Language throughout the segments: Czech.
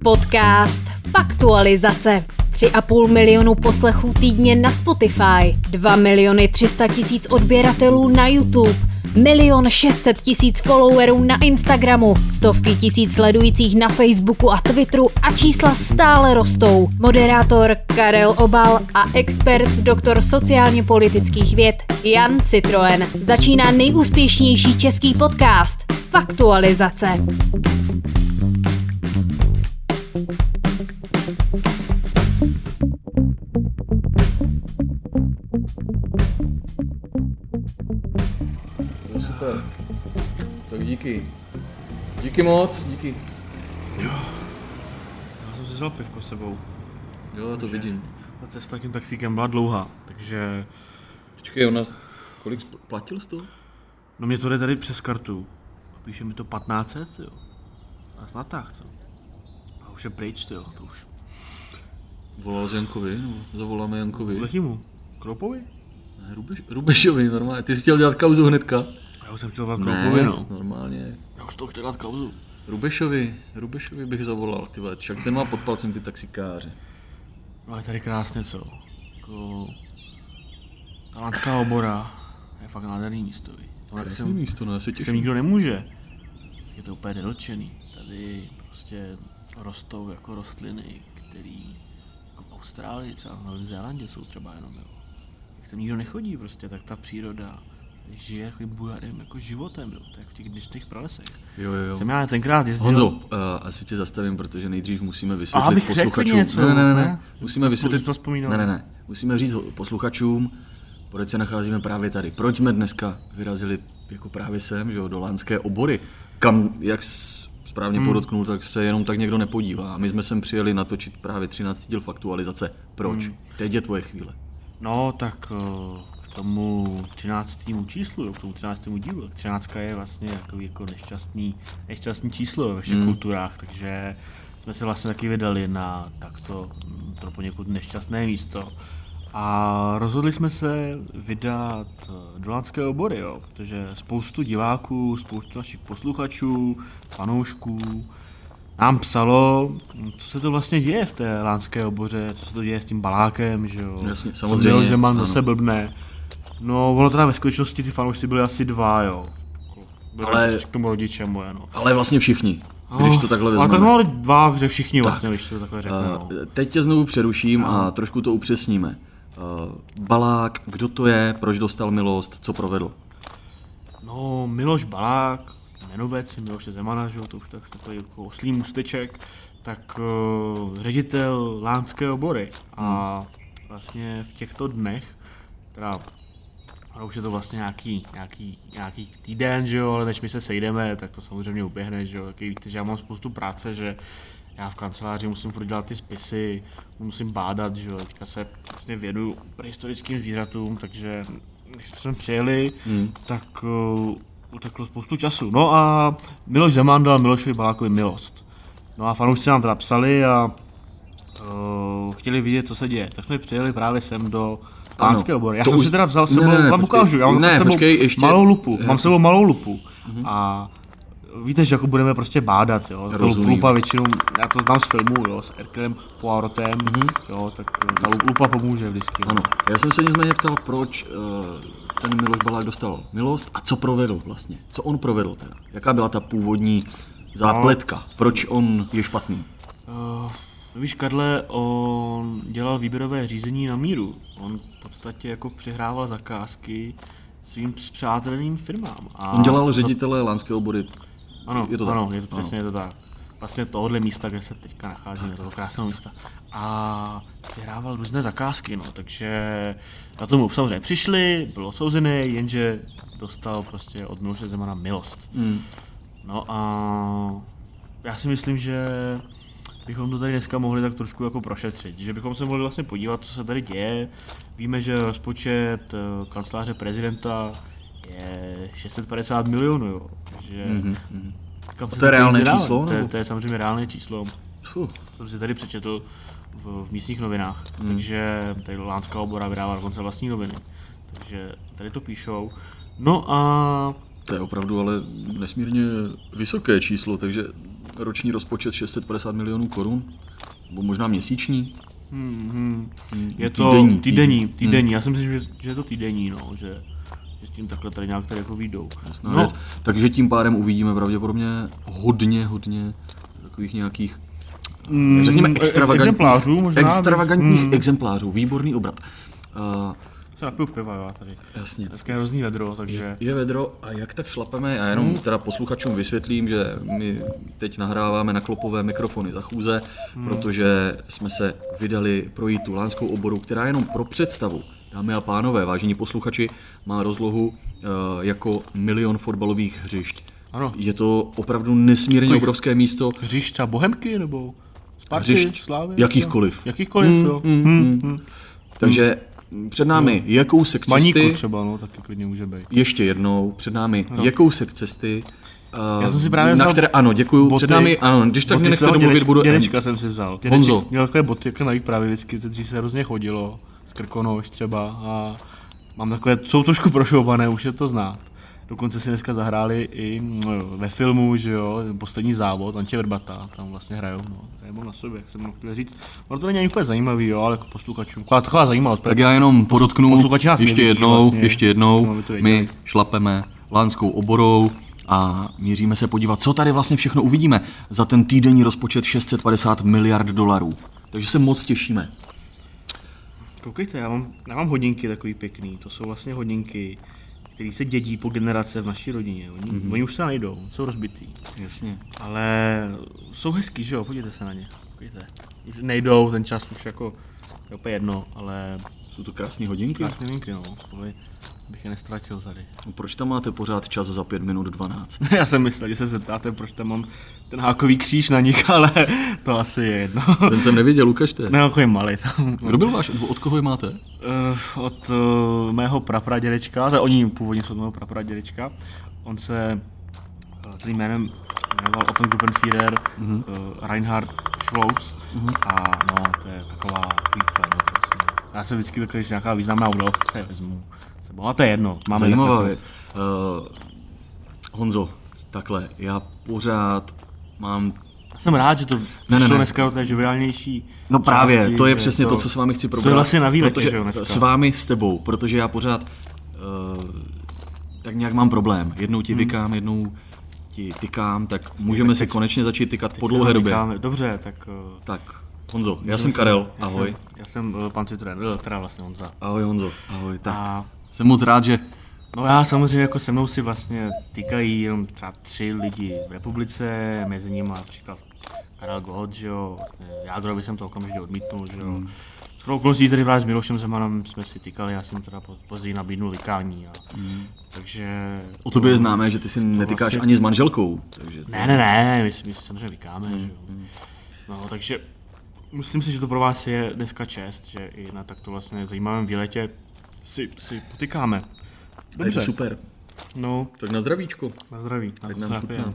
Podcast Faktualizace. 3,5 milionu poslechů týdně na Spotify, 2 300 000 odběratelů na YouTube, 1 600 000 followerů na Instagramu, stovky tisíc sledujících na Facebooku a Twitteru a čísla stále rostou. Moderátor Karel Obal a expert doktor sociálně politických věd Jan Citroen. Začíná nejúspěšnější český podcast Faktualizace. Super. Tak díky. Díky moc, díky. Jo. Já jsem si vzal pivko s sebou. Jo, já to vidím. Ta cesta tím taxíkem byla dlouhá, takže... Počkej, kolik platil jsi to? No mě to jde tady přes kartu. A píše mi to 1500, jo. A snad tak, co? A už je pryč, jo, to už. Volal jsi Jankovi, no, zavoláme Jankovi. Lechimu? Kroupovi? Ne, Rubešovi, normálně. Ty jsi chtěl dělat kauzu hnedka? Já už jsem chtěl dělat Kroupovi, no. Normálně. Já už to chtěl dělat kauzu. Rubešovi bych zavolal, ty vole, však ten má pod palcem ty taxikáře. No je tady krásně, co? Jako... Ta Lánská Obora je fakt nádherný místo, víš. Krásný místo, no, já se těším. Sem nikdo nemůže. Je to úplně nedotčený. Tady prostě rostou jako rostliny, které jako v Austrálii, třeba v Novém Zélandě jsou třeba jenom, jo. Jak sem nikdo nechodí prostě, tak ta příroda žije jako bujarým jako životem, jo. Tak v těch dnešních pralesech. Jo. Jsem já tenkrát jezdil... Honzo, asi tě zastavím, protože nejdřív musíme vysvětlit posluchačům. Ne. Musíme vysvětlit... Ne. Musíme říct posluchačům, proč se nacházíme právě tady. Proč jsme dneska vyrazili jako právě sem, že jo, do Lánské Obory. Kam, jak správně podotknul, tak se jenom tak někdo nepodívá. A my jsme sem přijeli natočit právě 13. díl Faktualizace. Proč? Teď je tvoje chvíle. No, tak k tomu 13. číslu, k tomu 13. dílu. 13 je vlastně jako nešťastný číslo ve všech kulturách, takže jsme se vlastně taky vydali na takto pro poněkud nešťastné místo. A rozhodli jsme se vydat do Lánské Obory, jo, protože spoustu diváků, spoustu našich posluchačů, fanoušků nám psalo, co se to vlastně děje v té Lánské Oboře, co se to děje s tím Balákem, že jo. Jasně, samozřejmě. Miloš Zeman zase blbne. No, ono teda ve skutečnosti ty fanoušci byli asi 2, jo. Byli k tomu rodiče moje, no. Ale vlastně všichni, když to takhle vezmeme. Ale tak mali 2, že všichni vlastně, když to takhle řeknu. Teď tě znovu přeruším a trošku to upřesníme. Balák, kdo to je, proč dostal milost, co provedl? No, Miloš Balák, jmenovec Miloše Zemana, že jo, to už takový jako oslý můsteček, tak ředitel Lánské Obory. A vlastně v těchto dnech, teda už je to vlastně nějaký týden, že jo, ale než my se sejdeme, tak to samozřejmě uběhne, že jo, taky víte, že já mám spoustu práce, že já v kanceláři musím furt dělat ty spisy, musím bádat, že jo, teďka se vlastně věnuju prehistorickým zvířatům, takže když jsme přijeli, tak uteklo spoustu času. No a Miloš Zeman dal Milošovi Balákovi milost. No a fanoušci nám teda psali a chtěli vidět, co se děje. Tak jsme přijeli právě sem do Lánské Obory. Já jsem si teda vzal sebou, vám ukážu, já mám malou lupu, mám sebou malou lupu. A víte, že jako budeme prostě bádat, jo. Lupa většinou, já to znám z filmů, jo, s Herculem Poirotem, jo, tak ta lupa pomůže vždycky. Ano, já jsem se nicméně ptal, proč ten Miloš Balák dostal milost a co provedl vlastně, co on provedl teda, jaká byla ta původní zápletka, proč on je špatný? Víš, Karle, on dělal výběrové řízení na míru, on v podstatě jako přihrával zakázky svým spřáteleným firmám. A on dělal ředitele Lánské Obory. Ano, je to přesně to tak. Vlastně tohohle místa, kde se teďka nacházíme, toho krásného místa. A přihrával různé zakázky, no, takže na tomu samozřejmě přišli, byl odsouzený, jenže dostal prostě od Miloše Zemana milost. No a já si myslím, že bychom to tady dneska mohli tak trošku jako prošetřit, že bychom se mohli vlastně podívat, co se tady děje. Víme, že rozpočet kanceláře prezidenta je 650 milionů, jo, takže... To je reálné číslo? To je samozřejmě reálné číslo. Jsem si tady přečetl v místních novinách, takže tady Lánská Obora vydává dokonce vlastní noviny, takže tady to píšou. No a To je opravdu ale nesmírně vysoké číslo, takže roční rozpočet 650 milionů korun, nebo možná měsíční. Je to týdenní. Já si myslím, že je to týdenní, no, že s tím takhle tady nějak tady jako vyjdou. No. Takže tím pádem uvidíme pravděpodobně hodně takových nějakých, řekněme, extravagantních exemplářů, výborný obrat. Se napiju piva, jo, tady. Jasně. Dneska je hrozný vedro, takže... Je vedro a jak tak šlapeme, já jenom teda posluchačům vysvětlím, že my teď nahráváme na klopové mikrofony za chůze, protože jsme se vydali projít tu lánskou oboru, která jenom pro představu, dámy a pánové, vážení posluchači, má rozlohu jako 1 000 000 fotbalových hřišť. Ano. Je to opravdu nesmírně obrovské místo. Hřišť třeba Bohemky nebo Sparty, Slávy? Jakýchkoliv. Jo. Takže před námi je kousek cesty. Maníku třeba, no, taky klidně může být. Ještě jednou, před námi je kousek cesty. Já jsem si právě na které, ano, děkuju, boty, před námi, ano, když tak mě nechte domluvit, budu... Dědečka jsem si vzal. Honzo. Měl takové boty, jako najít právě vždycky, dřív se hrozně chodilo, z Krkonoš třeba a mám takové, jsou trošku prošoubané, už je to znát. Dokonce si dneska zahráli i ve filmu, že jo, Poslední závod, Anče Vrbata, tam vlastně hrajou, no, to je mám na sobě, jak jsem mohl chtěl říct. Ono to není úplně zajímavý, jo, ale jako posluchačům, taková zajímavost. Tak já jenom podotknu, ještě jednou, my šlapeme lánskou oborou a míříme se podívat, co tady vlastně všechno uvidíme za ten týdenní rozpočet 650 miliard dolarů. Takže se moc těšíme. Koukejte, já mám hodinky takový pěkný, to jsou vlastně hodinky, který se dědí po generace v naší rodině. Oni už se najdou, jsou rozbitý. Jasně. Ale jsou hezký, že jo, podívejte se na ně. Koukejte. Už nejdou, ten čas už jako je opět jedno, ale... Jsou to krásné hodinky? Krásné hodinky, no. Bych je nestratil tady. No, proč tam máte pořád čas za 5 minut 12? Já jsem myslel, že se zeptáte, proč tam mám ten hákový kříž na nich, ale to asi je jedno. Ten jsem neviděl, ukažte. Ne, jako je malý. Kdo byl váš? Od koho je máte? Od mého prapradědečka, oni původně jsou od mého prapradědečka. On se tím jménem jmenoval Ottengrubenführer Reinhard Schloss a no, to je taková výklad. Já se vždycky takový, když nějaká významná událost se vezmu. A to je jedno. Zajímavá věc. Honzo, takhle, já pořád mám... Já jsem rád, že to přišlo dneska do té joviálnější No právě, části, to je přesně to, co s vámi chci probrat. To je vlastně na výletě, že jo, dneska. S vámi, s tebou, protože já pořád tak nějak mám problém. Jednou ti vykám, jednou ti tykám, tak můžeme si konečně začít tykat po dlouhé době. Dobře, tak... Tak, Honzo, já jsem Karel, ahoj. Já jsem pan Citroen, teda vlastně Honza. Ahoj Honzo, ahoj, tak. Jsem moc rád, že... No já samozřejmě jako se mnou si vlastně týkají jenom třeba 3 lidi v republice, mezi nimi například Karel Gott, že jo, Jágrovi jsem to okamžitě odmítnul, že jo. Skoro okolností tady právě s Milošem Zemanem jsme si týkali, já jsem teda později nabídnul vykání. Takže... O tobě je známé, že ty si netýkáš vlastně... ani s manželkou. Takže to... Ne, my samozřejmě vykáme, že jo. No, takže myslím si, že to pro vás je dneska čest, že i na takto vlastně zajímavém výletě si potykáme. Dobře. Je to super. No. Tak na zdravíčko. Na zdraví. Tak nám chutná.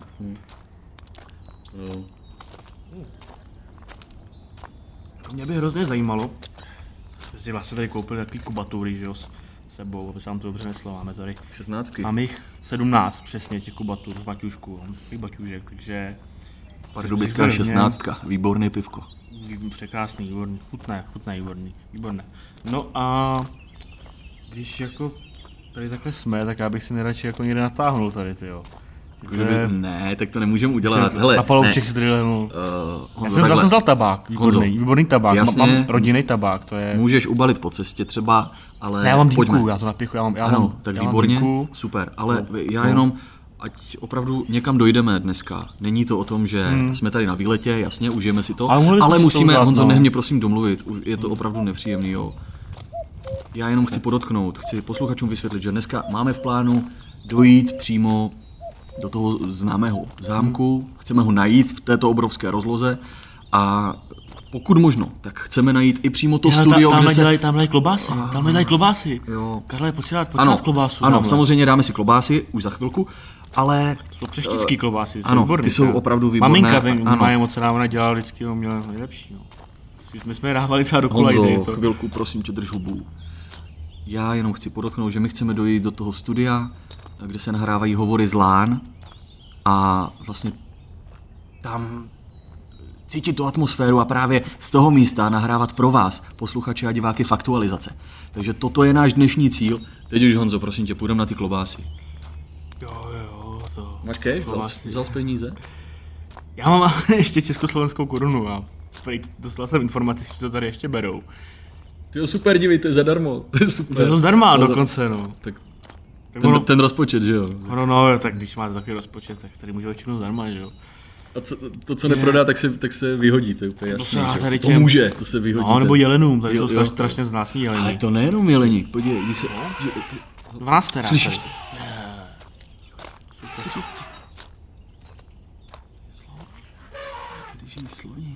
Mě by hrozně zajímalo, že si vlastně tady koupili takový kubatury, že jo, s sebou, aby se vám to dobře neslo. Máme tady 16. Mám jich 17 přesně těch kubatur z baťušku, takových baťužek, takže... Pardubická 16, výborný pivko. Překrásný, výborný, chutné, výborné. No a když jako tady takhle jsme, tak já bych si nejradši jako někde natáhnul tady, tyjo. Ne, tak to nemůžeme udělat. Hele, na palouček si tady lehnul. Já jsem vzal tabák, výborný tabák, mám rodinný tabák, to je... Můžeš ubalit po cestě třeba, ale ne, já mám dýmku, já to napichu, ano, tak výborně, super, ale já jenom, ať opravdu někam dojdeme dneska. Není to o tom, že jsme tady na výletě, jasně, užijeme si to, ale musíme, Honzo, nech mě prosím domluvit, je to opravdu nepříjemný, jo. Já jenom chci podotknout, chci posluchačům vysvětlit, že dneska máme v plánu dojít přímo do toho známého zámku, chceme ho najít v této obrovské rozloze a pokud možno, tak chceme najít i přímo to studio, kde se... Tam dělají klobásy. Jo. Karle, pojď dát klobásu. Ano, samozřejmě dáme si klobásy, už za chvilku, ale... Jsou přeštický klobásy, ano, výborný, ty jsou opravdu výborné. Maminka, má je moc ráda dělala vždycky, měla nejlepší. No. My jsme je dávali třeba do kula. Honzo, chvilku, prosím tě, drž hubu. Já jenom chci podotknout, že my chceme dojít do toho studia, kde se nahrávají hovory z Lán a vlastně tam cítit tu atmosféru a právě z toho místa nahrávat pro vás, posluchače a diváky, faktualizace. Takže toto je náš dnešní cíl. Teď už, Honzo, prosím tě, půjdeme na ty klobásy. Jo, to... Máš cash? Vzal jsi peníze? Já mám ještě československou korunu a dostal jsem informaci, že to tady ještě berou. Ty jo, super, dívej, to je zadarmo. To je super. Je to zdarma dokonce, no. Tak ten rozpočet, že jo? No, tak když máte takový rozpočet, tak tady může většinou zdarma, že jo. A co neprodá, tak se vyhodí, to je úplně jasný. To může, to se vyhodí. No, nebo jelenům, tady jsou strašně vzácný jeleni. Ale to nejenom jelení, podívej, když se... 12 teda. Slyšíš to? Sloní.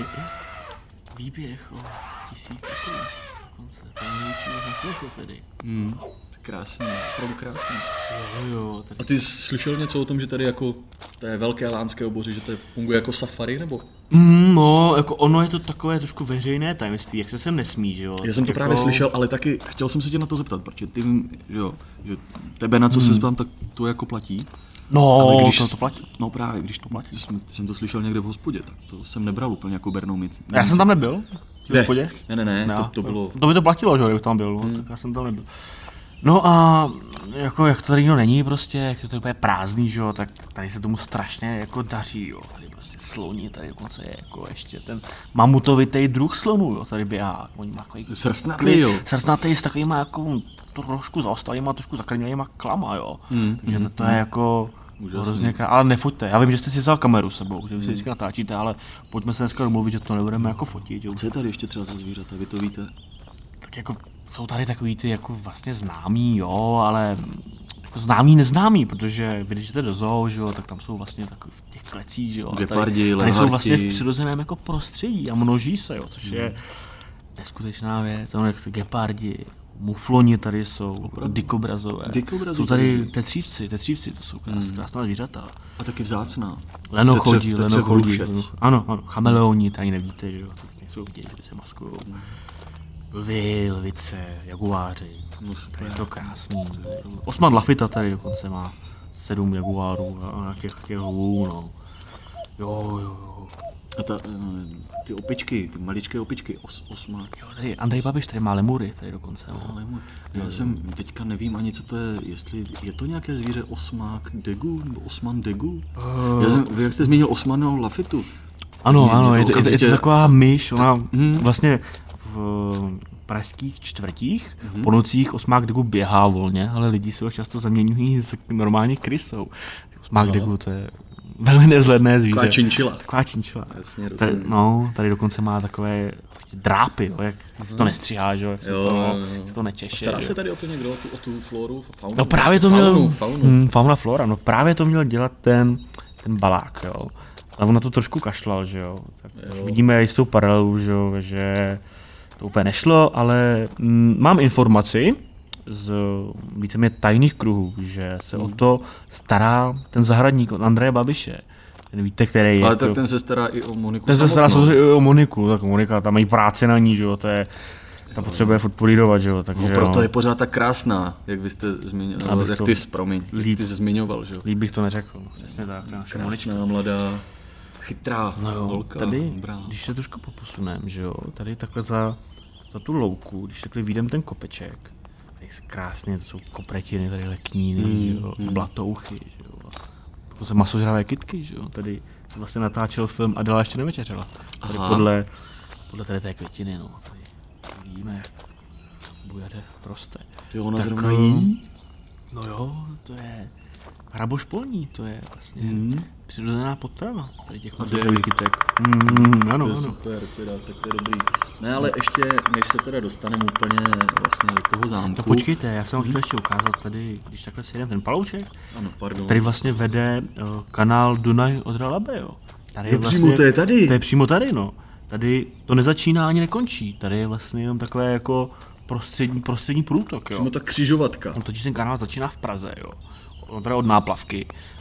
Výběh o 1000 dokonce, to je největší na světě tedy. Krásný, opravdu krásný. Jo, tak... A ty jsi slyšel něco o tom, že tady jako té velké lánské obory, že to funguje jako safari, nebo? No, jako ono je to takové trošku veřejné tajemství, jak se sem nesmí, že jo? Já jsem to jako... právě slyšel, ale taky chtěl jsem se tě na to zeptat, protože ty vím, že tebe na co se zeptám, tak to jako platí. No, ale když to platí. No právě, když to platí, jsem to slyšel někde v hospodě, tak to jsem nebral úplně jako bernou minci. Já jsem tam nebyl? V hospodě? Ne, to bylo... To by to platilo, že kdybych tam byl, tak já jsem tam nebyl. No a jako jak to tady není prostě, jak to je úplně prázdný, že jo, tak tady se tomu strašně jako daří, jo. Tady prostě sloní, tady dokonce je jako ještě ten mamutovitý druh slonů, jo, tady běhá. Oni má takový srstnatý, jo. Srstnatý s takovýma jako trošku zaostalýma, trošku zakrnělýma klama, jo. Takže to je jako hrozně ale nefoťte. Já vím, že jste si vzal kameru sebou, že vy si vždycky natáčíte, ale pojďme se dneska domluvit, že to nebudeme jako fotit, jo. Co je tady ještě třeba za zvířata, vy to víte? Tak jako jsou tady takový ty jako vlastně známí, jo, ale jako známí, neznámí, protože vy když jdete do zoo, že jo, tak tam jsou vlastně takový v těch klecích, že jo. Gepardi, tady jsou vlastně v přirozeném jako prostředí a množí se, jo, což je neskutečná věc. Tam jak se gepardi, mufloni tady jsou, dikobrazové. Jsou tady tetřívci, to jsou krásná zvířata. A taky vzácná. Lenochodí. Ano, chameleoni, tady nevíte, že jo, nejsou vidět, že se maskujou. Lvy, lvice, jaguáři, je to krásný. Osman Lafita tady dokonce má 7 jaguárů a těch lvů, no. Jo. A ty opičky, ty maličké opičky, osmák. Jo, tady Andrej Babiš tady má lemury, tady dokonce. Lemur. Já jsem teďka nevím ani, co to je, jestli je to nějaké zvíře osmák degu, nebo osman degu? Jak jste zmínil Osmana Lafitu? Ano, je to taková myš, ona vlastně v pražských čtvrtích po nocích osmák degu běhá volně, ale lidi se ho často zaměňují s normální krysou. Osmák degu, to je velmi nezhledné zvíře. Taková činčila. Jasně, tady dokonce má takové drápy, jo, jak se to nestříhá, že? Jak se to nečeše. Stará se tady o to někdo, o tu floru, faunu? No právě to měl, fauna, flora, no právě to měl dělat ten Balák, jo. A on na to trošku kašlal, že jo. Tak vidíme jistou paralelu, že to úplně nešlo, ale mám informaci z víceméně tajných kruhů, že se o to stará ten zahradník od Andreje Babiše. Ten víte, který je. Ale tak ten se stará i o Moniku. Ten se stará samozřejmě i o Moniku, tak Monika tam mají práci na ní, že jo, ta potřebuje furt polírovat, že jo, takže proto je pořád tak krásná, jak vy jste zmiňoval, jak ty jsi zmiňoval, že jo. Líp bych to neřekl, přesně tak. Krásná, mladá, chytrá holka, tady, dobrá. Když se trošku poposunem, že jo, tady takhle za tu louku, když takhle vyjdem ten kopeček, tady krásně, to jsou kopretiny, tady lekníny, že jo, blatouchy, že jo, to jsou masožravé kytky, že jo, tady se vlastně natáčel film Adela ještě nevečeřela, tady podle tady té květiny, no, tady vidíme, jak bujade roste. Ty ona zrovna jí? No jo, to je hraboš polní, to je vlastně přirozená potrava tady těch masožravých kytek. Ano, to je super, teda, tak to je dobrý. Ne, ale ještě, než se teda dostaneme úplně vlastně do toho zámku. To počkejte, já jsem vám chtěl ještě ukázat tady, když takhle si jeden ten palouček, ano, pardon. Tady vlastně vede kanál Dunaj Odra Labe, jo. Tady je vlastně, přímo to je tady? To je přímo tady, no. Tady to nezačíná ani nekončí, tady je vlastně jenom takové jako prostřední průtok, jo. Přímo ta křižovatka. On totiž ten kanál začíná v Praze, jo. On teda od náplavky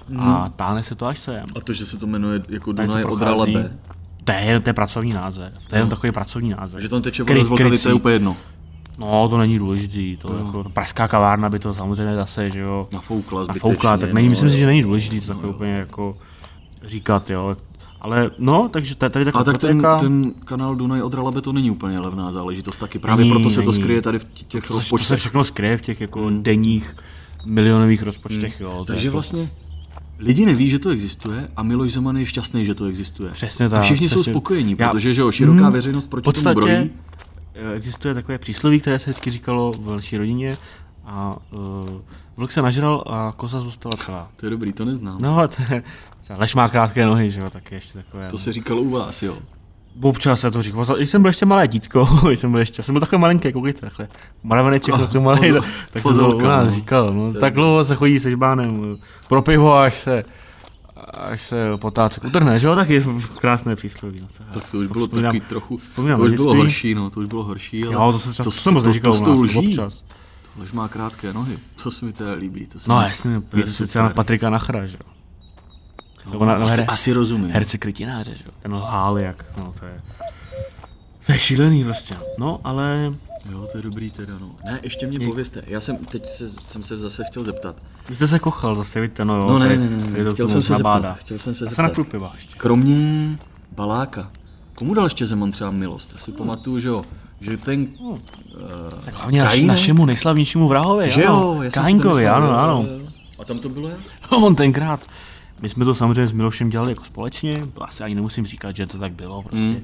a táhne se to až sem. A to, že se to jmenuje jako Dunaj Odra Labe? To je pracovní název, to je jen takový pracovní název. Že tam teče voda z Vltavice je úplně jedno. No, to není důležitý, to jako pražská kavárna by to samozřejmě zase, že jo. Nafoukla, tak není, myslím si, že není důležitý to takové úplně jako říkat, jo. Ale no, takže tady taková protéka. Ten kanál Dunaj od Ralabe to není úplně levná záležitost taky, právě proto se to skryje tady v těch rozpočtech. To se všechno skryje v těch jako denních milionových rozpočtech, jo. Takže vlastně lidi neví, že to existuje a Miloš Zeman je šťastný, že to existuje. Přesně tak. A všichni jsou spokojení, protože že široká veřejnost proti tomu brojí. Existuje takové přísloví, které se vždycky říkalo v naší rodině a vlk se nažral a koza zůstala celá. To je dobrý, to neznám. No, lež má krátké nohy, že jo, tak je ještě takové. To se říkalo u vás, jo? Občas se to říkalo. Když jsem byl ještě malé dítko, jsem byl takový malinký, koukejte, takhle. Maraveneček, takový malý, tak se to u nás říkalo. No, tak dlouho se chodí se žbánem pro pivo, až se potácek utrhne, že jo, tak je krásné přísloví. No, tak to už bylo taky trochu, to už bylo horší, no, to už bylo horší, ale jo, to jsem moc neříkal u nás, občas. Lež má krátké nohy, to se mi teda líbí. No jasně, je se třeba na Patrika Nachra, že jo. Asi rozumím. Herce Krytináře, že jo, ten lhál jak, no to je šílený prostě, no ale... Jo, to je dobrý teda, no. Ne, ještě mě povězte, já jsem se zase chtěl zeptat. Vy jste se kochal zase, víte, no jo. No ne, chtěl jsem se zeptat. Kromě Baláka, komu dal ještě Zeman třeba milost? Já si pamatuju, že jo, že ten tak hlavně našemu nejslavnějšímu vrahovi, že jo, Kaňkovi, ano. A tam to bylo jak? On tenkrát, my jsme to samozřejmě s Milošem dělali jako společně, to asi ani nemusím říkat, že to tak bylo, prostě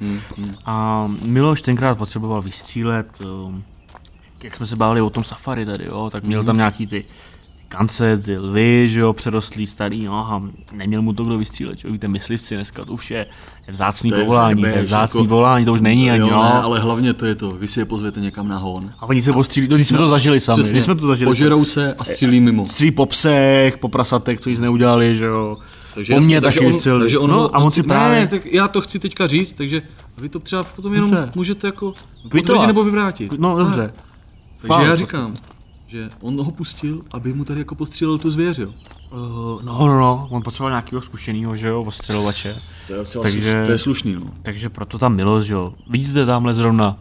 A Miloš tenkrát potřeboval vystřílet, jak jsme se bavili o tom safari tady, jo, tak měl tam nějaký ty kance, ty lvy, že jo, přerostlý starý, no a neměl mu to kdo vystřílet, jo, víte, myslivci dneska, to už je vzácný povolání, volání, to už není ani, jo. Ne, ale hlavně to je to, vy si je pozvěte někam na hon. A oni se postřílí, když jsme to zažili sami, přesně, požerou se a střílí mimo. Střílí po psech, po prasatech, co nic neudělali, že jo. Po mně taky vystřelili. Takže on si právě... Ne, tak já to chci teďka říct, takže vy to třeba potom jenom můžete jako potvrdit nebo vyvrátit. No dobře. Takže já říkám, že on ho pustil, aby mu tady jako postřílel tu zvěř, jo? No, on potřeboval nějakého zkušenýho, že jo, ostřelovače. To je slušný, no. Takže proto tam milost, že jo. Vidíte, tamhle zrovna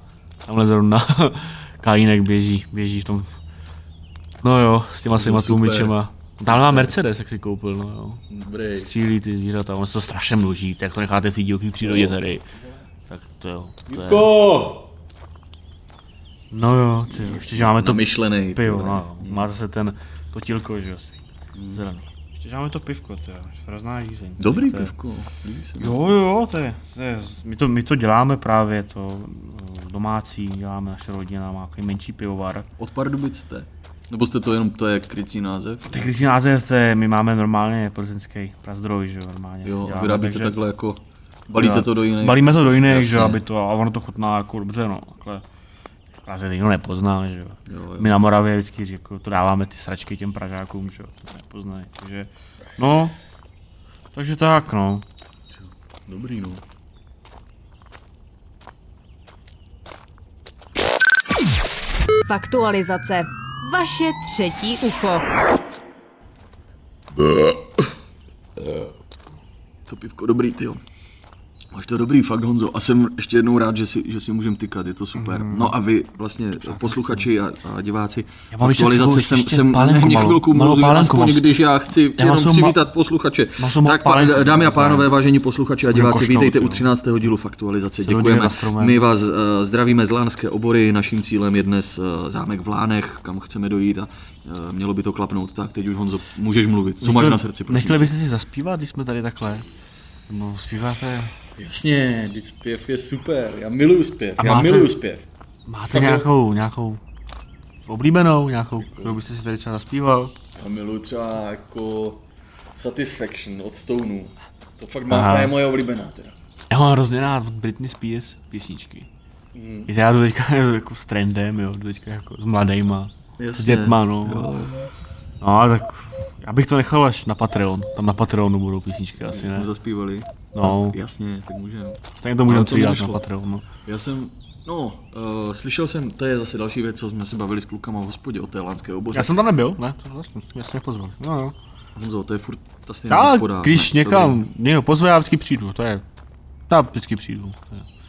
Kajínek běží v tom, no jo, s těma svýma tlumičema. Tam má Mercedes, jak si koupil, no jo. Dobrý. Střílí ty zvířata, on se to strašně mluží, jak to necháte v té divoký přírodě tady. Tak to jo, to je... No jo, ještě že máme to pivo, no, má zase ten kotílko, že jo, zelený. Ještě že máme to pivko, to je hrozná žízeň. Dobrý pivko, líbí se. Jo, to je my to děláme právě, to domácí, děláme naše rodina, má takový menší pivovar. Od Pardubic jste? Nebo jste to jenom, to je krycí název? To je krycí název, my máme normálně plzeňský Prazdroj, že jo, normálně. Jo, a vyrábíte takhle jako, balíte to do jiných? Balíme to do jiných, že aby to, a ono to chutná jako dobře, no, takhle. Praze nikdo nepozná, že jo. My na Moravě vždycky jako, to dáváme ty sračky těm Pražákům, že jo, to nepoznají, takže, no, takže tak, no. Dobrý, no. Faktualizace. Vaše třetí ucho. To pivko dobrý, tyjo. Máš to dobrý, fakt, Honzo. A jsem ještě jednou rád, že si můžem tykat, je to super. No a vy vlastně, posluchači a diváci, aktualizace jsem mě chvilku mluvil, aspoň když já chci jenom přivítat posluchače. Tak dámy a pánové, vážení posluchači a diváci, vítejte u 13. dílu Faktualizace. Děkujeme. My vás zdravíme z Lánské Obory, naším cílem je dnes zámek v Lánech, kam chceme dojít a mělo by to klapnout. Tak teď už, Honzo, můžeš mluvit. Co máš na srdci? Nechtěli byste si zaspívat, když jsme tady takhle? No, zpíváte... Jasně, vždyť zpěv je super, já miluju zpěv. Máte nějakou oblíbenou, kterou byste si tady třeba zaspíval? Já miluju třeba jako Satisfaction od Stonů, to fakt má, je moje oblíbená teda. Já mám hrozně rád od Britney Spears písničky. Já jdu teďka jako s trendem, jo, jdu teďka jako s mladejma, s dětma, no. No, tak já bych to nechal až na Patreon, tam na Patreonu budou písničky, asi ne. Zaspívali? No. Jasně, tak můžeme. Tak to můžeme přidat na Patreon, no. Já jsem, slyšel jsem, to je zase další věc, co jsme se bavili s klukama v hospodě o té Lánské Oboře. Já jsem tam nebyl, ne, to vlastně, mě jste nepozvali, no. Honzo, to je furt ta stejná hospoda. Když někam, pozve, já vždycky přijdu, já vždycky přijdu.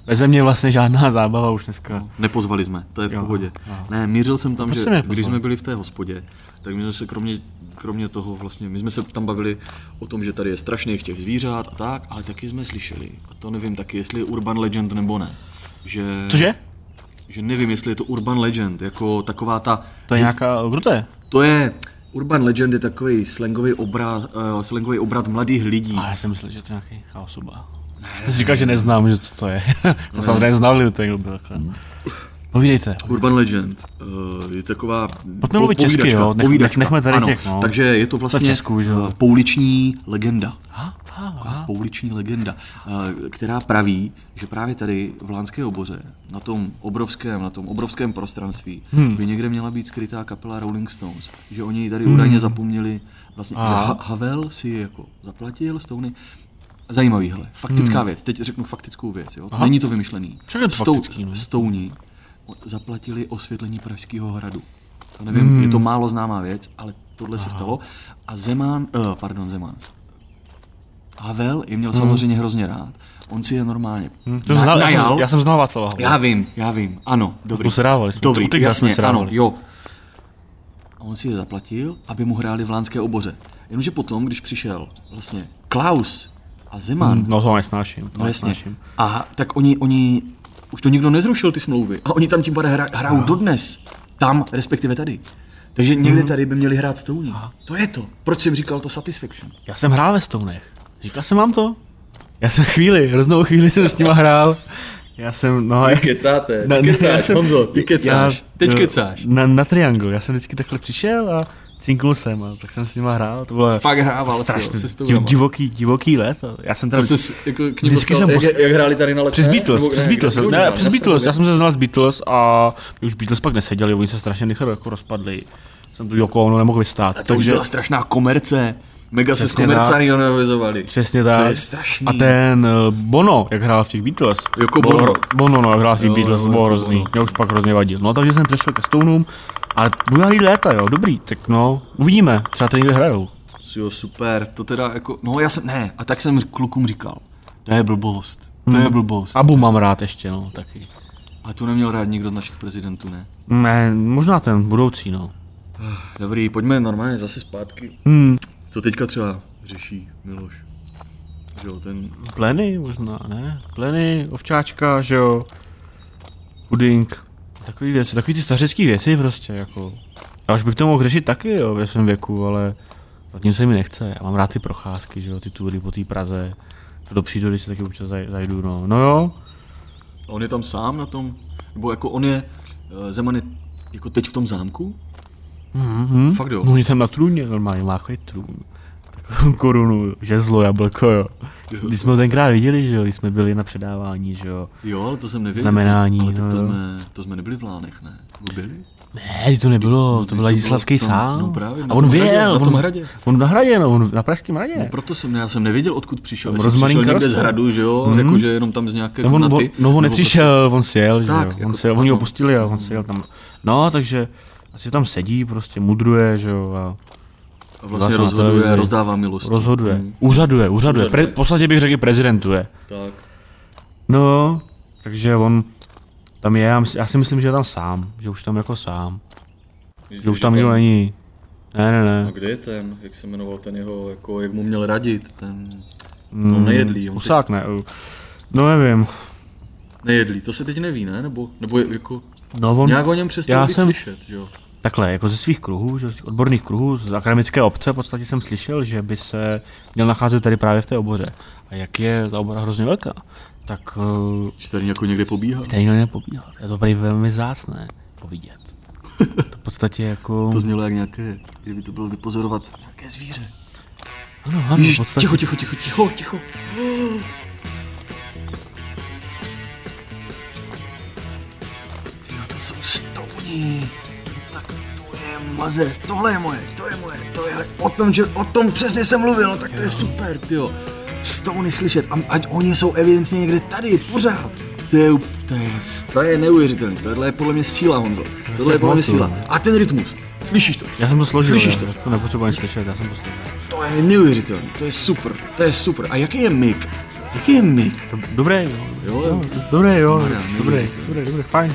Beze mě vlastně žádná zábava už dneska. No, nepozvali jsme, to je v pohodě. Ne, mířil jsem tam, že když jsme byli v té hospodě, tak my jsme se kromě toho vlastně, my jsme se tam bavili o tom, že tady je strašných těch zvířat a tak, ale taky jsme slyšeli, a to nevím taky, jestli je urban legend nebo ne. Cože? Že nevím, jestli je to urban legend, jako taková ta... To je nějaká, kdo to je? To je, urban legend je takový slangový obrat mladých lidí. A já jsem myslel, že to je nějaký osoba. Ne. Jsi říkal, že neznám, že co to je. To samozřejmě znal, to je takhle. Povídejte. Urban legend je taková pojďme mluvit česky, jo, nechme tady ano, těch, no. Takže je to vlastně Česku, pouliční legenda. Pouliční legenda, která praví, že právě tady v Lánské Oboře, na tom obrovském prostranství, by někde měla být skrytá kapela Rolling Stones. Že oni ji tady údajně zapomněli, vlastně, že Havel si je jako zaplatil, Stony. Zajímavý, hele, faktická věc, teď řeknu faktickou věc, jo. Není to vymyšlený. Stouni zaplatili osvětlení Pražského hradu. To nevím, je to málo známá věc, ale tohle se stalo. A Zeman. Havel je měl samozřejmě hrozně rád. On si je normálně najal. Já jsem znal Václava Havla. Já vím, ano, dobrý. To se dávali, dobrý, jasně, ano, jo. A on si je zaplatil, aby mu hráli v Lánské Oboře. Jenomže potom, když přišel vlastně Klaus a Zeman. No to nesnáším. A tak oni už to nikdo nezrušil ty smlouvy. A oni tam tím pádem hrajou dodnes. Tam, respektive tady. Takže někde tady by měli hrát Stouni. To je to. Proč jsem říkal to Satisfaction? Já jsem hrál ve Stounech. Říkal jsem vám to? Já jsem hroznou chvíli jsem s nima hrál. Já jsem, Vy kecáte, Honzo, ty kecáš. Teď kecáš. Na Triangle, já jsem vždycky takhle přišel a cinknul jsem a tak jsem s nima hrál. To bylo fakt hrával strašně divoký let. Já jsem teda jako k ním dostal, jak hráli tady na letné? Přes Beatles, já jsem se znal z Beatles a už Beatles pak neseděli, oni se strašně rychle jako rozpadli. Jsem tu Yoko Ono nemohl vystát. A to už byla strašná komerce. Mega se z komercializovali. Přesně tak. To je strašný. A ten Bono, jak hrál v těch Beatles. Jako Bono. Bono, jak hrál v těch Beatles, to bylo hrozný. Mě už pak hrozně vadil. No takže jsem přešel ke Stounům, ale budou jít léta, jo, dobrý, tak no, uvidíme, třeba to někde hrajou. Jo, super, to teda jako, no já jsem, ne, a tak jsem klukům říkal, to je blbost. Abu mám rád ještě, no, taky. A tu neměl rád nikdo z našich prezidentů, ne? Ne, možná ten budoucí, no. Dobrý, pojďme normálně zase zpátky. Co teďka třeba řeší Miloš? Že jo, ten... Pleny možná, ne? Pleny, ovčáčka, že jo, puding, takový věci, takový ty stařecký věci prostě, jako. Já už bych to mohl řešit taky, jo, ve svém věku, ale zatím se mi nechce. Já mám rád ty procházky, že jo, ty tury po té Praze, do přírody se taky občas zajdu, no. No jo. A on je tam sám na tom? Nebo jako on je, Zeman je jako teď v tom zámku? Fakt jo. No je tam na trůně, normálně má takový trůn. Takovou korunu, žezlo, jablko, jo. Když jsme ho tenkrát viděli, že jo, když jsme byli na předávání, že jo. Jo, ale to jsem nevěděl. Znamenání, ale no. To jsme nebyli v Lánech, ne? Byli? Ne, to nebylo, to byl Jizlavský sál. No právě, a on vyjel, na tom hradě. On na hradě, no, on na Pražském hradě. No proto já jsem nevěděl, odkud přišel. Jestli přišel někde z hradu, že jo, jakože jenom tam z nějaké komnaty. No on nepřišel, on si jel, že jo. Oni ho pustili a on si jel tam. No, takže asi tam sedí, prostě mudruje, že jo. A vlastně rozhoduje, rozdává milosti. Rozhoduje, úřaduje. V podstatě bych řekl prezidentuje. Tak. No, takže on tam je, já si myslím, že je tam sám, že už tam jako sám. Že už tam nikdo není. Ne. A kde je ten, jak se jmenoval ten jeho, jako jak mu měl radit, ten, no nejedlý. Husák ne, no nevím. Nejedlý, to se teď neví, ne? Nebo jako, no nějak o něm přestal slyšet, že jo? Takhle, jako ze svých kruhů, že z odborných kruhů, z akademické obce, v podstatě jsem slyšel, že by se měl nacházet tady právě v té oboře. A jak je ta obora hrozně velká, tak... Že tady jako někde pobíhá? Tady někde pobíhá, je to prý velmi vzácné povidět. To v podstatě jako... To znělo jak nějaké, kdyby to bylo vypozorovat nějaké zvíře. Ano, v podstatě... Ticho. Tyjo, to jsou Stouni. Tak to je mazer, tohle je moje, o tom přesně jsem mluvil, no tak to je super, tyjo. Stouny slyšet, ať oni jsou evidentně někde tady, pořád. To je neuvěřitelný, tohle je podle mě síla, Honzo. Tohle je podle mě síla. A ten rytmus, slyšíš to? Já jsem to složil, slyšíš to? Já to nepotřebuji ani slyšet, já jsem to složil. To je neuvěřitelný, to je super. A jaký je mix Jaký je mik? Dobrý, jo. Dobrý, fajn.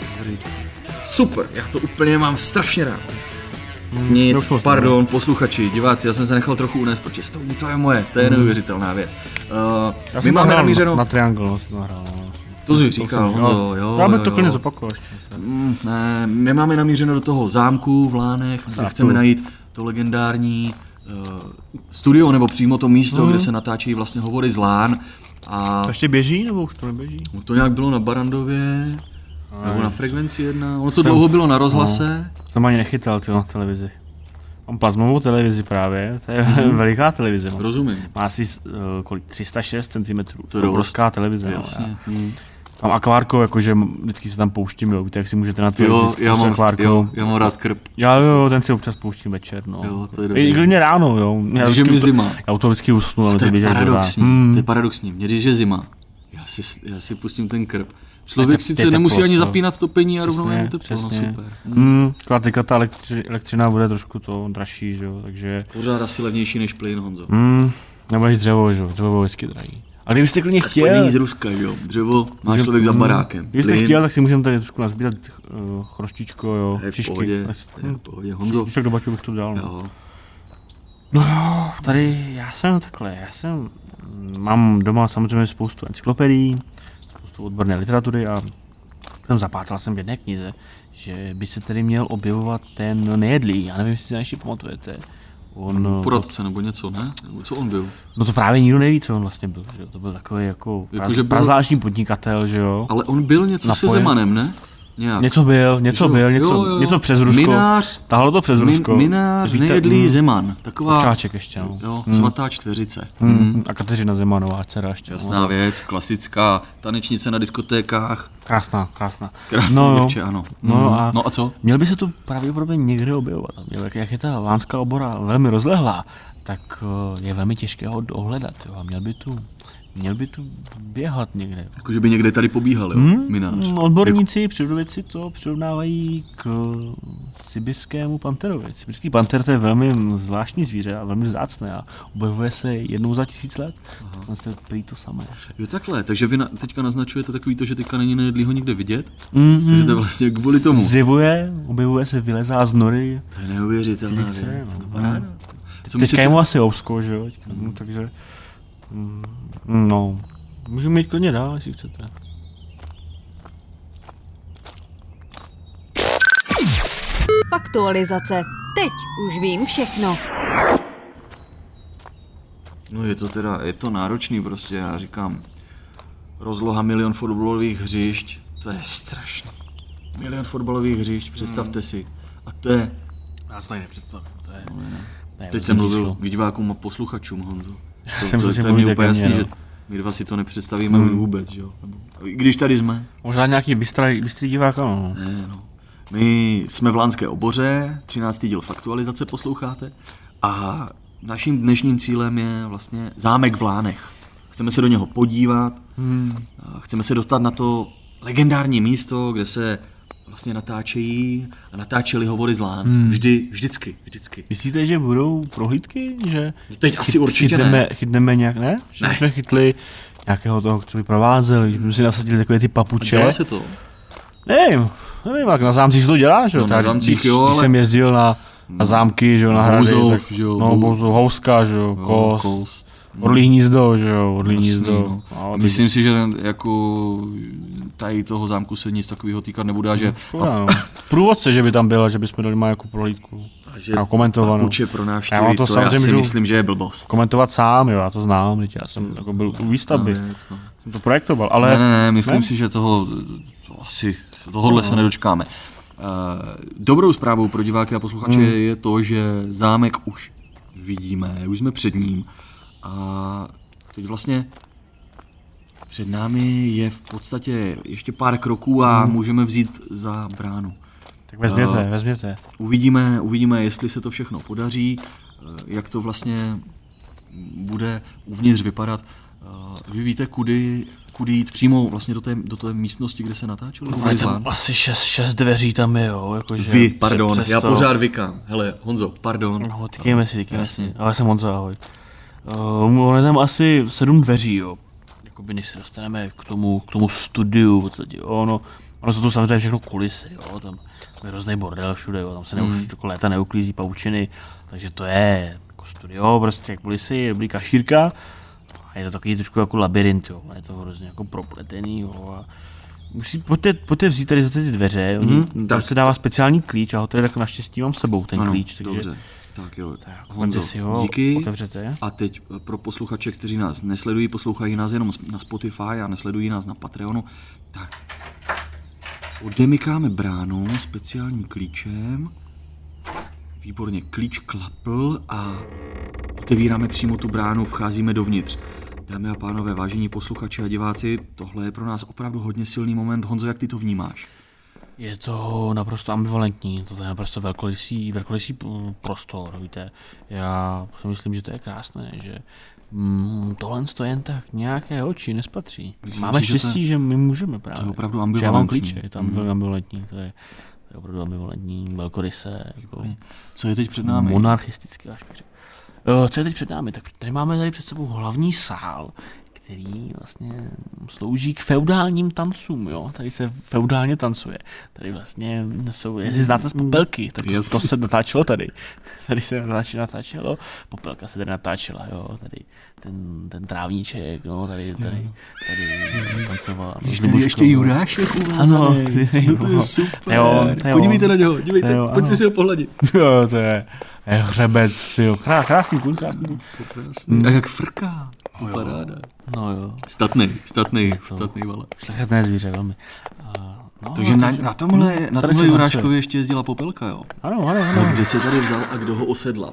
Super, já to úplně mám strašně rád. Nic, pardon, posluchači, diváci, já jsem se nechal trochu unést, protože to je moje, to je neuvěřitelná věc. My máme namířeno... Na Triangle jsem to nahrál. To jsi říkal, Honzo, jo. Já bych to klidně zopakoval. Ne, my máme namířeno do toho zámku v Lánech, kde chceme najít to legendární studio, nebo přímo to místo, kde se natáčejí vlastně hovory z Lán. A to ještě běží, nebo už to neběží? To nějak bylo na Barandově, nebo na Frekvenci 1, ono to dlouho bylo na rozhlase. Jsem ani nechytal na televizi. Mám plazmovou televizi právě, to je veliká televize. Rozumím. Má asi 306 cm, to je obrovská televize. Jasně. Mám akvárko, jakože vždycky se tam pouštím, jo, víte, jak si můžete na televizi já mám rád krb. Jo, ten si občas pouštím večer, no. Jo, to je dobrý. I klidně ráno, jo. Když je mi zima. Já to vždycky usnu, ale to je paradoxní, mě když je zima, já si pustím ten krb. Člověk sice nemusí ani zapínat topení a rovnou je teplo, no super. Teďka ta elektřina bude trošku to dražší, že jo, takže... Pořád asi levnější než plyn, Honzo. Nebo než dřevo, že jo, dřevo bylo vždycky drahý. A kdybyste klidně chtěl... Aspoň není z Ruska, jo, dřevo má člověk za barákem. Kdybyste chtěl, tak si můžeme tady trošku nazbírat chroštičko, jo, šišky. Pohodě, Honzo. Však do baťu bych to dal, no. No jo, tady já jsem mám doma samozřejmě spoustu encyklopedií, spoustu odborné literatury a zapátral jsem v jedné knize, že by se tady měl objevovat ten Nejedlý, já nevím, jestli si ještě pamatujete. Poradce nebo něco, ne? Co on byl? No to právě nikdo neví, co on vlastně byl, že jo? To byl takový jako prazvláštní podnikatel, že jo? Ale on byl něco se Zemanem, ne? Nějak. Něco přes Rusko. Minář, tahlo to přes Rusko. Minář, Nejedlý Zeman. Taková... Ovčáček ještě, no. Jo, svatá čtveřice. A Kateřina Zemanová, dcera ještě. Jasná věc, klasická tanečnice na diskotékách. Krásná. Krásná děvče, ano. No a co? Měl by se to pravděpodobně někde objevovat. Jak je ta lánská obora velmi rozlehlá, tak je velmi těžké ho dohledat. Jo. A měl by tu běhat někde. Jakože by někde tady pobíhal, jo? Minář. Odborníci, přírodovědci to přirovnávají k sibirskému panterovi. Sibirský panter to je velmi zvláštní zvíře a velmi vzácné a objevuje se jednou za 1000 let. To je prý to samé. Jo takhle, takže vy teďka naznačujete takový to, že teďka není Nejedlýho nikde vidět? Takže to je vlastně kvůli tomu. Objevuje se, vylezá z nory. To je neuvěřitelná věc. Teďka je mu asi ousko, že jo? Takže... No, můžeme jít klidně dál, jestli chcete. Faktualizace. Teď už vím všechno. No je to náročný prostě, já říkám. Rozloha 1 000 000 fotbalových hřišť, to je strašný. 1 000 000 fotbalových hřišť, představte si. A to je... Já si to nepředstavím, to je... Teď jsem mluvil k divákům a posluchačům, Honzo. To je mi úplně jasný, že my dva si to nepředstavíme vůbec, že jo? Když tady jsme. Možná nějaký bystrý divák, ano. Ne, no. My jsme v Lánské oboře, 13. díl Faktualizace posloucháte a naším dnešním cílem je vlastně zámek v Lánech. Chceme se do něho podívat, chceme se dostat na to legendární místo, kde se vlastně natáčeli hovory z Lán. Vždycky. Myslíte, že budou prohlídky? Že teď asi určitě ne. Chytneme nějak, ne? Že jsme chytli nějakého toho, co by provázeli, že jsme si nasadili takové ty papuče. A dělá se to? Nevím, jak na zámcích se to dělá, že jo? No, na zámcích jo, ale... Když jsem jezdil na zámky, že jo, na hrady. Bouzov, že jo. No, Bouzov, Houska, že jo, Kost. Orlí hnízdo, že jo, Orlí hnízdo. No. Myslím si, že jako tady toho zámku se nic takového týkat nebude a že... Průvodce, že by tam byla, že bychom dali jako prohlídku. A komentovanou. Papuče pro návštěvy, to já si myslím, že je blbost. Komentovat sám, jo, já to znám, já jsem jako byl u výstavby. Jsem to projektoval, ale... Ne, myslím si, že tohohle se nedočkáme. Dobrou zprávou pro diváky a posluchače je to, že zámek už vidíme, už jsme před ním. A teď vlastně před námi je v podstatě ještě pár kroků a můžeme vzít za bránu. Tak vezměte. Uvidíme, jestli se to všechno podaří, jak to vlastně bude uvnitř vypadat. Vy víte, kudy jít přímo vlastně do té místnosti, kde se natáčelo? Asi 6 dveří tam je, jo. Jakože vy, pardon, já pořád vykám. Hele, Honzo, pardon. No, tykejme si. Ale jsem Honzo, ahoj. On je tam asi 7 dveří, jo. jakoby než se dostaneme k tomu studiu, v podstatě, ono jsou to samozřejmě všechno kulisy, jo, tam je hrozný bordel všude, jo, tam se jako léta neuklízí pavučiny, takže to je jako studio, prostě kulisy, dobrý kašírka a je to takový trošku jako labirint, jo, je to hrozně jako propletený, jo, a pojďte vzít tady za ty dveře, tam se dává speciální klíč a ho tady tak naštěstí mám s sebou ten klíč, takže... Dobře. Tak jo, Honzo, si ho díky. Otevřete. A teď pro posluchače, kteří nás nesledují, poslouchají nás jenom na Spotify a nesledují nás na Patreonu, tak odemykáme bránu speciálním klíčem. Výborně, klíč klapl a otevíráme přímo tu bránu, vcházíme dovnitř. Dámy a pánové, vážení posluchači a diváci, tohle je pro nás opravdu hodně silný moment. Honzo, jak ty to vnímáš? Je to naprosto ambivalentní, to je naprosto velkolisý prostor, víte. Já si myslím, že to je krásné, že tohle to jen tak nějaké oči nespatří. Máme štěstí, že my můžeme právě. To je opravdu ambivalentní. Že já mám klíče, je to ambivalentní, to je opravdu ambivalentní, velkorysé. Jako co je teď před námi? Monarchistické až bych řekl. Co je teď před námi? Tak tady máme tady před sebou hlavní sál, který vlastně slouží k feudálním tancům, jo. Tady se feudálně tancuje. Tady vlastně jsou, jestli znáte z Popelky, tak to se natáčelo tady. Tady se natáčelo, Popelka se tady natáčela, jo. Tady ten trávníček, no, tady tancovala. Ještě Jurášek uvázaný. No to je super. Jo, podívejte na něho, dívejte, pojďte si ho pohladit. Jo, to je hřebec, jo. Krásný kůň. A jak frká. Paráda. No jo. Statný vala. Šlechetné zvíře, velmi. Takže na tomhle Juráškovi ještě jezdila Popelka, jo? Ano. No kde se tady vzal a kdo ho osedlal?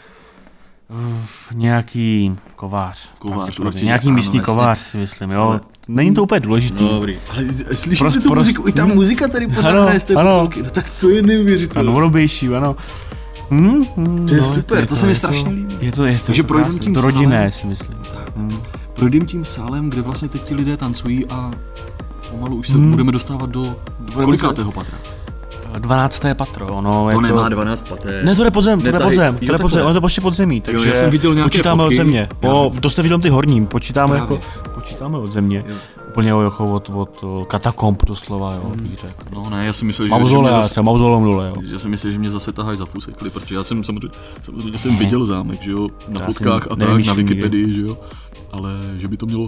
Nějaký kovář určitě. Nějaký místní kovář, si myslím, jo. Ale není to úplně důležitý. Dobrý, ale slyšíte tu muziku? I ta muzika tady pořád hraje z té Popelky. No tak to je neuvěřitelné. Ano, novodobější, ano. To je super, to se mi strašně líbí. Je to projdem tím sálem. Rodinné, si myslím. Projdem tím sálem, kde vlastně teď ti lidé tancují a pomalu už se budeme dostávat do kolikátého patra? 12. patro, ono to nemá 12 pater. Ne, to jde podzem, ono je to ještě podzemí, takže já jsem viděl nějaké počítáme fotky. Od země. To jste viděl ty horní, počítáme od země. Úplně jako od katakomb doslova, jo, bych řekl. No ne, já si myslel, že mauzoleum dole, jo. Já si myslel, že mě zase tahají za fusekli, protože já jsem samozřejmě jsem viděl zámek, že jo, na fotkách a tak, na Wikipedii, že jo, ale že by to mělo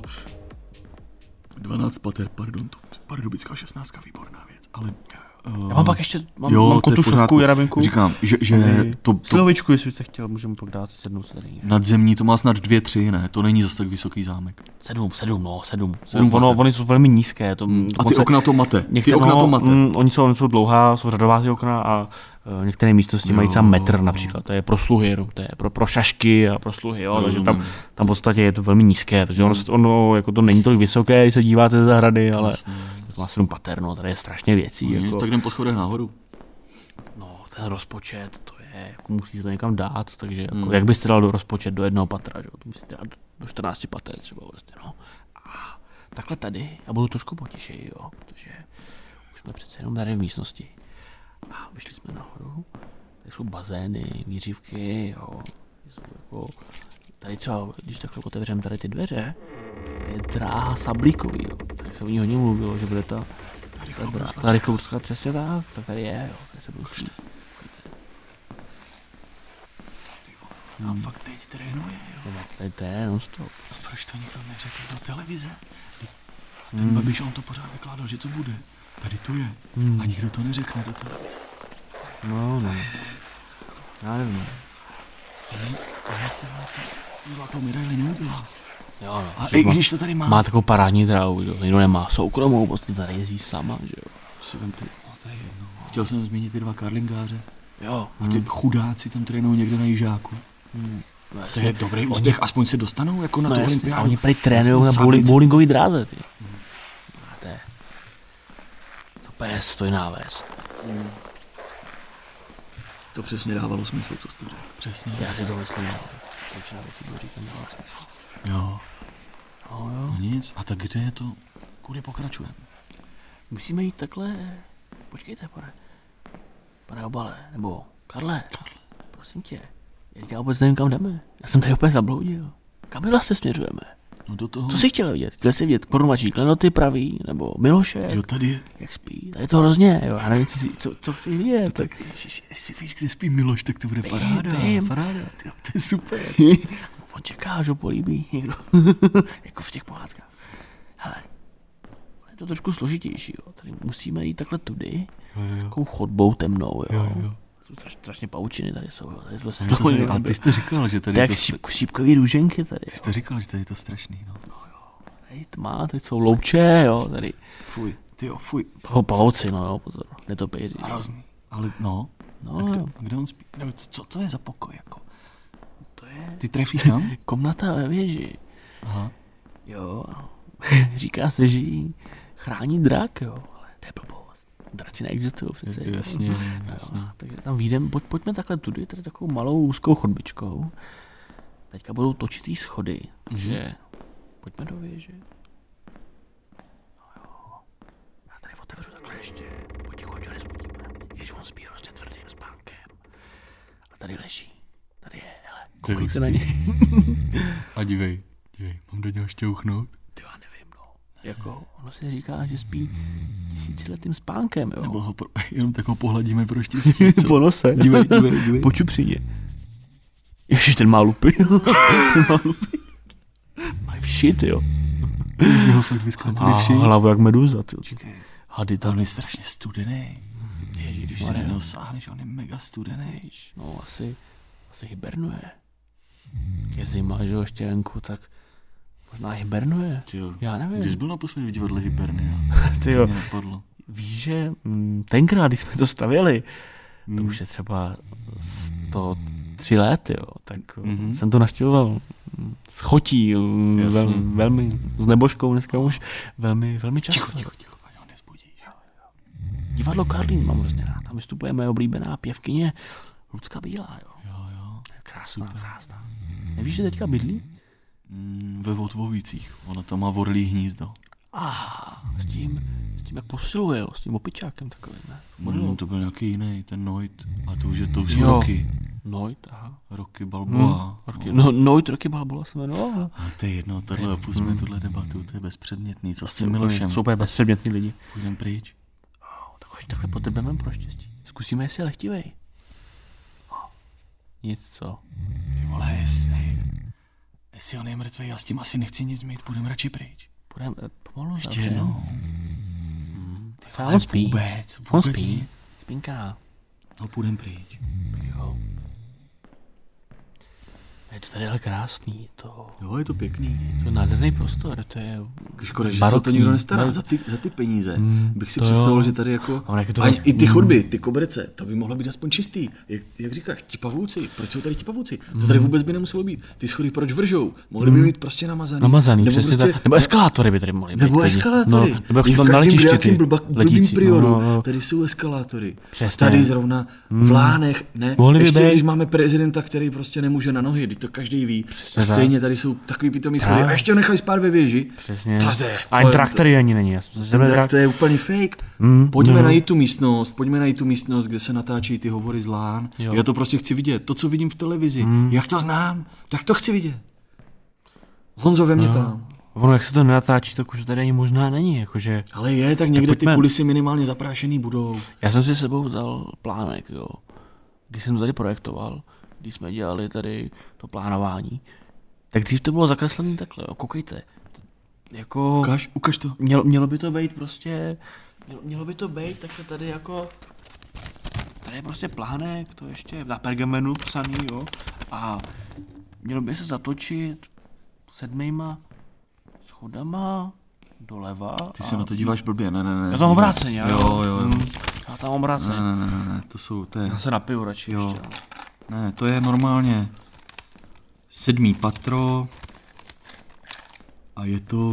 12 pater, pardon, Pardubická 16, výborná věc, ale... Já mám pak ještě, mám kotušovku, jarabinku. Říkám, že to... Silovičku, jestli byste chtěl, můžeme pak dát 7 tady. Nadzemní, to má snad 2-3, ne? To není zase tak vysoký zámek. 7. Ony jsou velmi nízké. A ty okna to mate. Oni jsou dlouhá, jsou řadová ty okna a některé místnosti mají třeba metr například. To je pro sluhy, to je pro šašky a pro sluhy, jo. Takže tam v podstatě je to velmi nízké. Takže ono jako to není tolik vysoké, když se díváte ze zahrady, ale... To má 7 pater, no, tady je strašně věcí. Jako... Tak jdem po schodech nahoru. No, ten rozpočet, to je, jako musíte to někam dát, takže jako, jak byste dal do rozpočet do jednoho patra, že? To musíte dát do 14 pater třeba vlastně, no. A takhle tady, já budu trošku potišeji, jo, protože už jsme přece jenom tady v místnosti. A vyšli jsme nahoru, tady jsou bazény, výřivky, jo, jsou jako... Tady třeba, když takhle otevřeme tady ty dveře, je dráha Sablíkový, jo. Tak se o ní hodně mluvilo, že bude ta Rychloburská, přesně tak tady je, jo. Tady se budu slít. Tam fakt teď trénuje, jo. Tady trénuje non-stop. A proč to nikdo neřekl do televize? Ten Babiš, on to pořád vykládal, že to bude. Tady to je. A nikdo to neřekne do televize. No. Já nevím. Stejně to medaili neudělá. Jo, no. A i když to tady má. Má takovou parádní dráhu, jo. Nikdo nemá soukromou, prostě tady jezdí sama, že jo. To je jedno. Chtěl jsem zmínit ty 2 karlingáře. Jo. A ty chudáci tam trénují někde na Jižáku. To je dobrý úspěch, aspoň se dostanou jako na tu olympiádu. Oni prý trénují na bowlingový dráze, ty. To je úplně stojná věc. To přesně dávalo smysl, co jste řekl. Přesně. Já si to myslím. Většina věcí to říkám, dává smysl. Jo. No nic. A tak kde je to? Kudy pokračujeme? Musíme jít takhle. Počkejte, pane Obale, nebo Karle. Prosím tě. Já vůbec nevím, kam jdeme. Já jsem tady úplně zabloudil. Kam my vlastně směřujeme? No do toho. Co jsi chtěl vidět? Chtěl jsi vidět korunovační klenoty pravý, nebo Milošek? Jo, tady. Jak spí? Tady to hrozně, jo. Já nevím, co chci vidět. Tak jestli víš, kde spí Miloš, tak to bude paráda. Paráda, tyjo, to je super. On čeká, že ho políbí někdo. Jako v těch pohádkách. Hele, je to trošku složitější, jo. Tady musíme jít takhle tudy, takovou chodbou temnou, jo. Jsou strašně pavučiny tady jsou, jo. Tady vlastně a ty jsi říkal, že tady je to... šípkový růženky tady. Ty jsi říkal, že tady je to strašný, no. Tady tma, tady jsou louče, jo, tady. Fuj, tyjo, fuj. Pavouci, no jo, pozor, netopejři. Hrozný. Ale no. No, a kde on spí? Nebo co to je za pokoj, jako? to je... Ty trefíš tam? Komnata ve věži. Aha. Jo, říká se, že ji chrání drak, jo, ale to je blbost. Draci neexistují přece. Jasně. Takže tam vyjdeme, pojďme takhle tudy, tady takovou malou úzkou chodbičkou. Teďka budou točitý schody, že pojďme do věže. No jo, já tady otevřu takhle ještě, potichu, ať ho nezbudíme, když on spí hrozně tvrdým spánkem. A tady leží, tady je, hele, koukejte na něj. A dívej, mám do něho šťouchnout? Ty já nevím, no. Jako, ono se říká, že spí 1000letým spánkem, jo. Nebo ho jenom tak ho pohladíme pro štěstí, co? Po nose. Dívej. Po čupřině. Ježiš, ten má lupy. Mají vši, jo. Z něho fakt vysklápili vši. Hlavu jak meduza, ty. Hady tam. On je strašně studený. Ježiš, když se na něho sáhneš, on je mega studený. No, asi hibernuje. Je zima, že jo, ještě venku, tak možná hibernuje. Tyjo, já nevím. Když byl naposledy v divadle Hibernia, to mě napadlo. Víš, že tenkrát, když jsme to stavěli, to už je třeba 103 let, jo, tak jsem to navštěvoval s chotí, velmi s nebožkou dneska už, velmi často. Ticho, ať ho nezbudíš. Divadlo Karlín mám hrozně rád, tam vystupuje moje oblíbená pěvkyně Lucka Bílá, jo. Jo. Krásná. Nevíš, že teďka bydlí? Ve Votvovících, ona tam má orlí hnízdo. S tím jak posiluje, jo, s tím opičákem takovým, ne? To byl nějaký jiný, ten Noit, a to už jsou Roky. Noit, aha. Roky Balboa. Noit, Roky Balboa se jmenoval. A to je jedno, opustíme tuhle debatu, to je bezpředmětný, co s tím Milošem. Jsou úplně bezpředmětný lidi. Půjdem pryč. Tak hoď takhle potřebujeme pro štěstí. Zkusíme, jestli je lehtivej. Nic, co? Ty vole, jestli on je mrtvej, já s tím asi nechci nic mít, půjdeme radši pryč. Půjdeme pomalu ještě jednou. On spí. Vůbec nic. Spinká. No půjdem pryč. Jo. Je to tady ale krásný, Jo, je to pěkný. To je nádherný prostor, to je škoda, že se to nikdo nestará. Za ty peníze bych si představil, že tady jako... I ty chodby, ty koberce, to by mohlo být aspoň čistý. Jak říkáš, ti pavouci, proč jsou tady ti pavouci? To tady vůbec by nemuselo být. Ty schody proč vržou? Mohly by mít prostě namazaný. Nebo přesně tak. Nebo eskalátory by tady mohly být. Nebo eskalátory. No, nebo jak to na letišti ty letící. Prioru, tady jsou eskalátory. Přesně. Tady zrovna v Lánech, ne? Ještě když máme prezidenta, který prostě nemůže na nohy, to každý ví. A stejně tady jsou takový pitomý schody. A ještě ho nechají spát ve věži. Přesně. A ani traktory ani není. To je úplně fake. Pojďme najít tu místnost, kde se natáčí ty hovory z Lán. Já to prostě chci vidět. To, co vidím v televizi. Jak to znám, tak to chci vidět. Honzo, ve mě tam. Ono, jak se to nenatáčí, tak už tady ani možná není. Jakože... Ale je, tak někde ty kulisy minimálně zaprášený budou. Já jsem si sebou vzal plánek, jo. Když jsem to tady projektoval, když jsme dělali tady to plánování, tak dřív to bylo zakreslené takhle, jo. Koukejte. Jako... Ukaž to. Mělo by to být prostě... Mělo by to být takhle tady jako... Tady je prostě plánek, to ještě na pergamenu psaný, jo. A mělo by se zatočit 7 schodama doleva. Ty se na to díváš blbě, ne. Já tam obráceně, jo. Já tam obráceně. Ne, to je... Já se napiju radši ještě. Ne, to je normálně 7. patro a je to...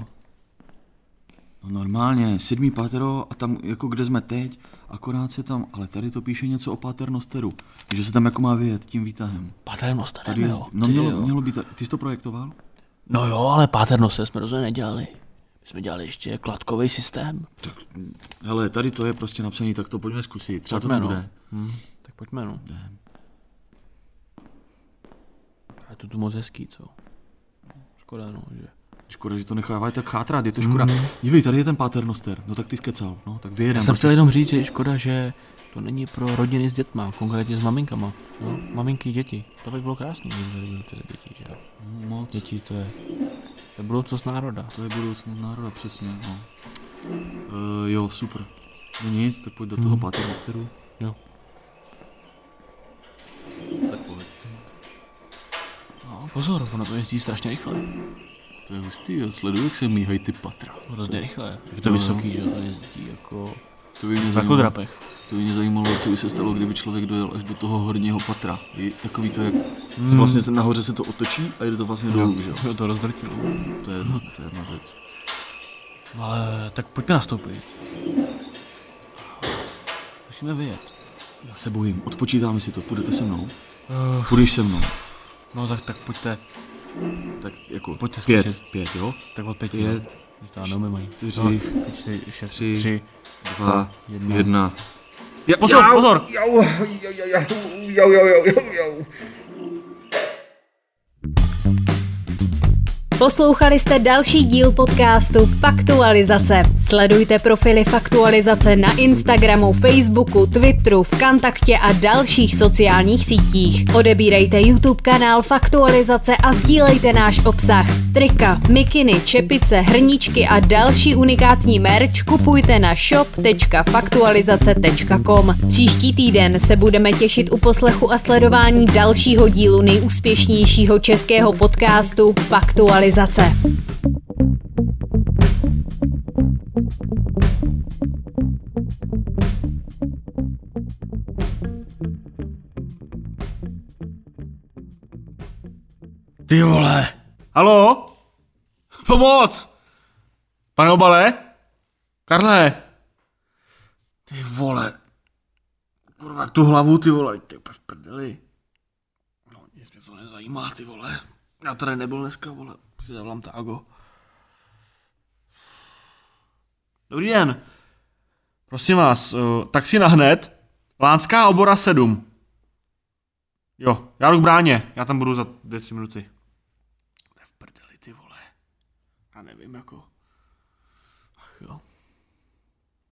No normálně 7. patro a tam jako kde jsme teď, akorát se tam, ale tady to píše něco o Paternosteru, že se tam jako má vyjet tím výtahem. Paternoster, jo. No mělo být, ty jsi to projektoval? No jo, ale Paternoster jsme rozhodně nedělali. My jsme dělali ještě kladkový systém. Tak, hele, tady to je prostě napsaný, tak to pojďme zkusit, třeba to bude. Tak pojďme, no. Je to tu moc hezký, co? Škoda, no, že... Škoda, že to nechávají tak chátrat, je to škoda. Dívej, tady je ten paternoster, no tak ty skecal, no tak vyjedem. Já jsem chtěl jenom říct, že je škoda, že to není pro rodiny s dětma, konkrétně s maminkama. No, maminky, děti, to by bylo krásný, kdyby ty děti, že? Moc. Děti, to je budoucnost národa. To je budoucnost národa, přesně, no. Jo, super. No nic, tak pojď do toho paternosteru. Jo. Tak pojď. No, pozor, ono to jezdí strašně rychle. To je hustý, já sleduju, jak se míhají ty patra. Hrozně rychle. Je to vysoký, že to jezdí jako to by mě zajímalo, drapech. To by mě zajímalo, co by se stalo, kdyby člověk dojel až do toho horního patra. Je takový to, jak vlastně nahoře se to otočí a jde to vlastně dolů, že jo? Jo, to rozdrtilo. To je jedna věc. Ale tak pojďme nastoupit. Musíme vyjet. Já se bojím, odpočítáme si to, půjdete se mnou? Půjdeš se mnou? No tak pojďte. Tak jako pojďte 5, jo? Tak od 5. 5, 4, 3, 2, 1. Pozor! Poslouchali jste další díl podcastu Faktualizace. Sledujte profily Faktualizace na Instagramu, Facebooku, Twitteru, Vkontaktě a dalších sociálních sítích. Odebírejte YouTube kanál Faktualizace a sdílejte náš obsah. Trika, mikiny, čepice, hrníčky a další unikátní merch kupujte na shop.faktualizace.com. Příští týden se budeme těšit u poslechu a sledování dalšího dílu nejúspěšnějšího českého podcastu Faktualizace. Ty vole! Haló? Pomoc! Pane Obale? Karle? Ty vole! Kurva, jak tu hlavu, ty vole, ty úplně v prdeli. No, nic mě to nezajímá, ty vole. Já tady nebyl dneska, vole, si zavolám Tágo. Dobrý den. Prosím vás, taxi na hned. Lánská obora 7. Jo, já jdu k bráně, já tam budu za 2-3 minuty. To je v prdeli, ty vole. Já nevím, jako. Ach jo.